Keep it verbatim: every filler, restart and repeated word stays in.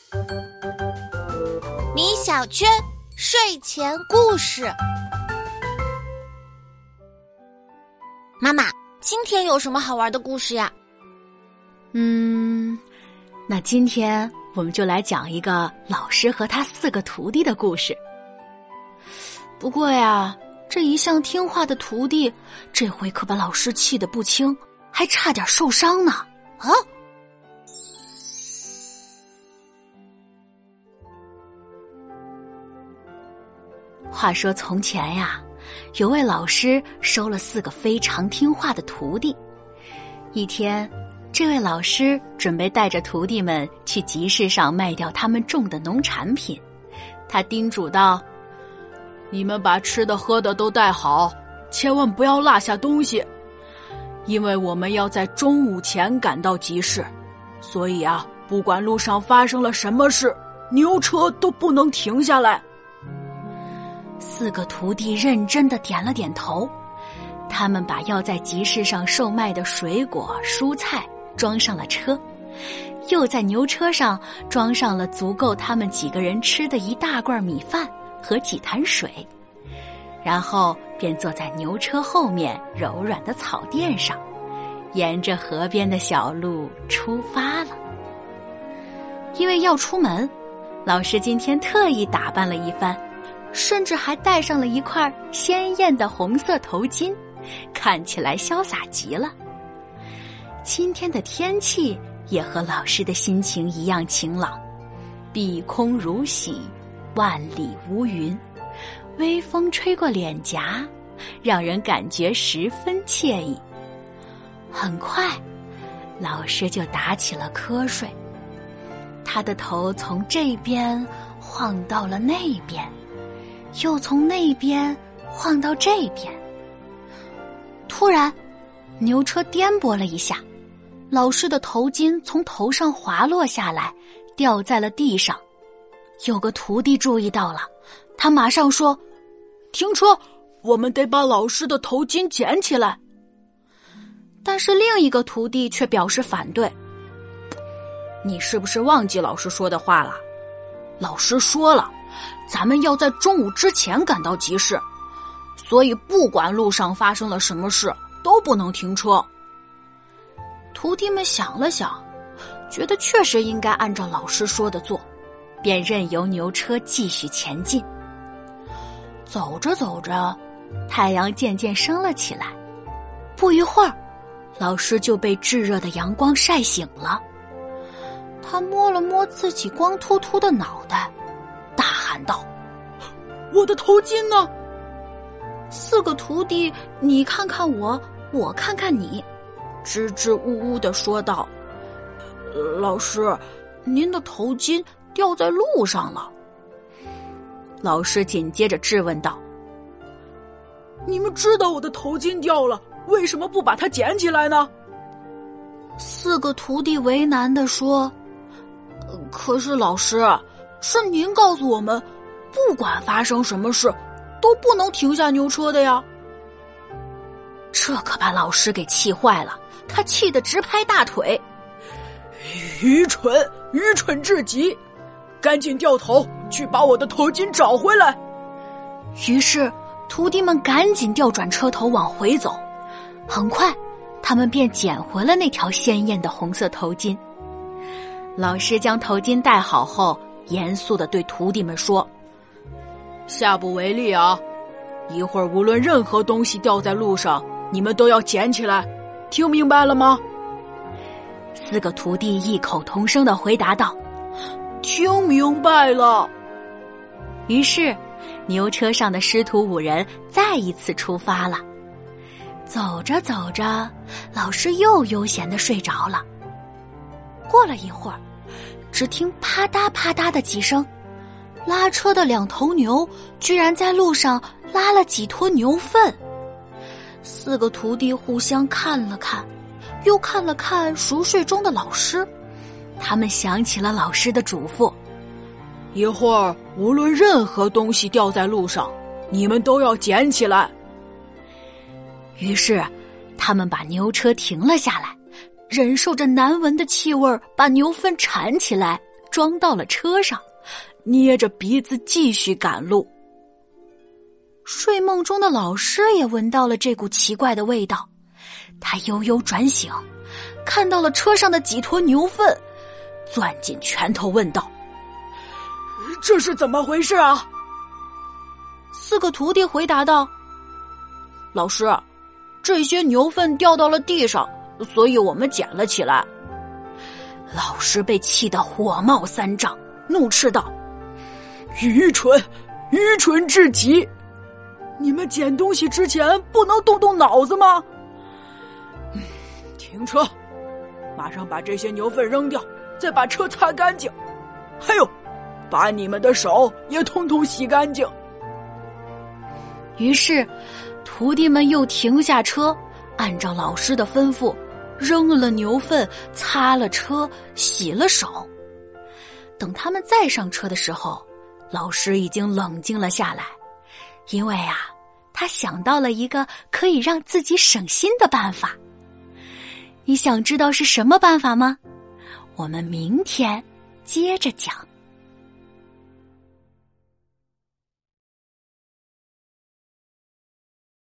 米小圈睡前故事。妈妈，今天有什么好玩的故事呀？ 嗯，那今天我们就来讲一个老师和他四个徒弟的故事。不过呀，这一向听话的徒弟，这回可把老师气得不轻，还差点受伤呢。 啊！ 话说从前呀，有位老师收了四个非常听话的徒弟。一天，这位老师准备带着徒弟们去集市上卖掉他们种的农产品。他叮嘱道：你们把吃的喝的都带好，千万不要落下东西，因为我们要在中午前赶到集市，所以啊，不管路上发生了什么事，牛车都不能停下来。四个徒弟认真地点了点头，他们把要在集市上售卖的水果、蔬菜装上了车，又在牛车上装上了足够他们几个人吃的一大罐米饭和几坛水，然后便坐在牛车后面柔软的草垫上，沿着河边的小路出发了。因为要出门，老师今天特意打扮了一番，甚至还戴上了一块鲜艳的红色头巾，看起来潇洒极了。今天的天气也和老师的心情一样晴朗，碧空如洗，万里无云，微风吹过脸颊，让人感觉十分惬意。很快，老师就打起了瞌睡，他的头从这边晃到了那边，又从那边晃到这边。突然，牛车颠簸了一下，老师的头巾从头上滑落下来，掉在了地上。有个徒弟注意到了，他马上说：停车，我们得把老师的头巾捡起来。但是另一个徒弟却表示反对。你是不是忘记老师说的话了？老师说了，咱们要在中午之前赶到集市，所以不管路上发生了什么事，都不能停车。徒弟们想了想，觉得确实应该按照老师说的做，便任由牛车继续前进。走着走着，太阳渐渐升了起来，不一会儿，老师就被炙热的阳光晒醒了。他摸了摸自己光秃秃的脑袋，大喊道：我的头巾呢？四个徒弟你看看我，我看看你，支支吾吾地说道：老师，您的头巾掉在路上了。老师紧接着质问道：你们知道我的头巾掉了，为什么不把它捡起来呢？四个徒弟为难地说：可是老师，是您告诉我们，不管发生什么事，都不能停下牛车的呀。这可把老师给气坏了，他气得直拍大腿。愚蠢，愚蠢至极！赶紧掉头去把我的头巾找回来。于是徒弟们赶紧调转车头往回走，很快他们便捡回了那条鲜艳的红色头巾。老师将头巾戴好后，严肃地对徒弟们说：下不为例啊，一会儿无论任何东西掉在路上，你们都要捡起来，听明白了吗？四个徒弟异口同声地回答道：听明白了。于是牛车上的师徒五人再一次出发了。走着走着，老师又悠闲地睡着了。过了一会儿，只听啪嗒啪嗒的几声，拉车的两头牛居然在路上拉了几坨牛粪。四个徒弟互相看了看，又看了看熟睡中的老师，他们想起了老师的嘱咐：一会儿无论任何东西掉在路上，你们都要捡起来。于是他们把牛车停了下来，忍受着难闻的气味，把牛粪铲起来装到了车上，捏着鼻子继续赶路。睡梦中的老师也闻到了这股奇怪的味道，他悠悠转醒，看到了车上的几坨牛粪，攥紧拳头问道： 这是怎么回事啊？ 四个徒弟回答道：老师，这些牛粪掉到了地上，所以我们捡了起来。老师被气得火冒三丈，怒斥道： 愚蠢，愚蠢至极！你们捡东西之前不能动动脑子吗？嗯，停车，马上把这些牛粪扔掉，再把车擦干净。还有，把你们的手也统统洗干净。 于是徒弟们又停下车，按照老师的吩咐扔了牛粪，擦了车，洗了手。等他们再上车的时候，老师已经冷静了下来，因为啊，他想到了一个可以让自己省心的办法。你想知道是什么办法吗？我们明天接着讲。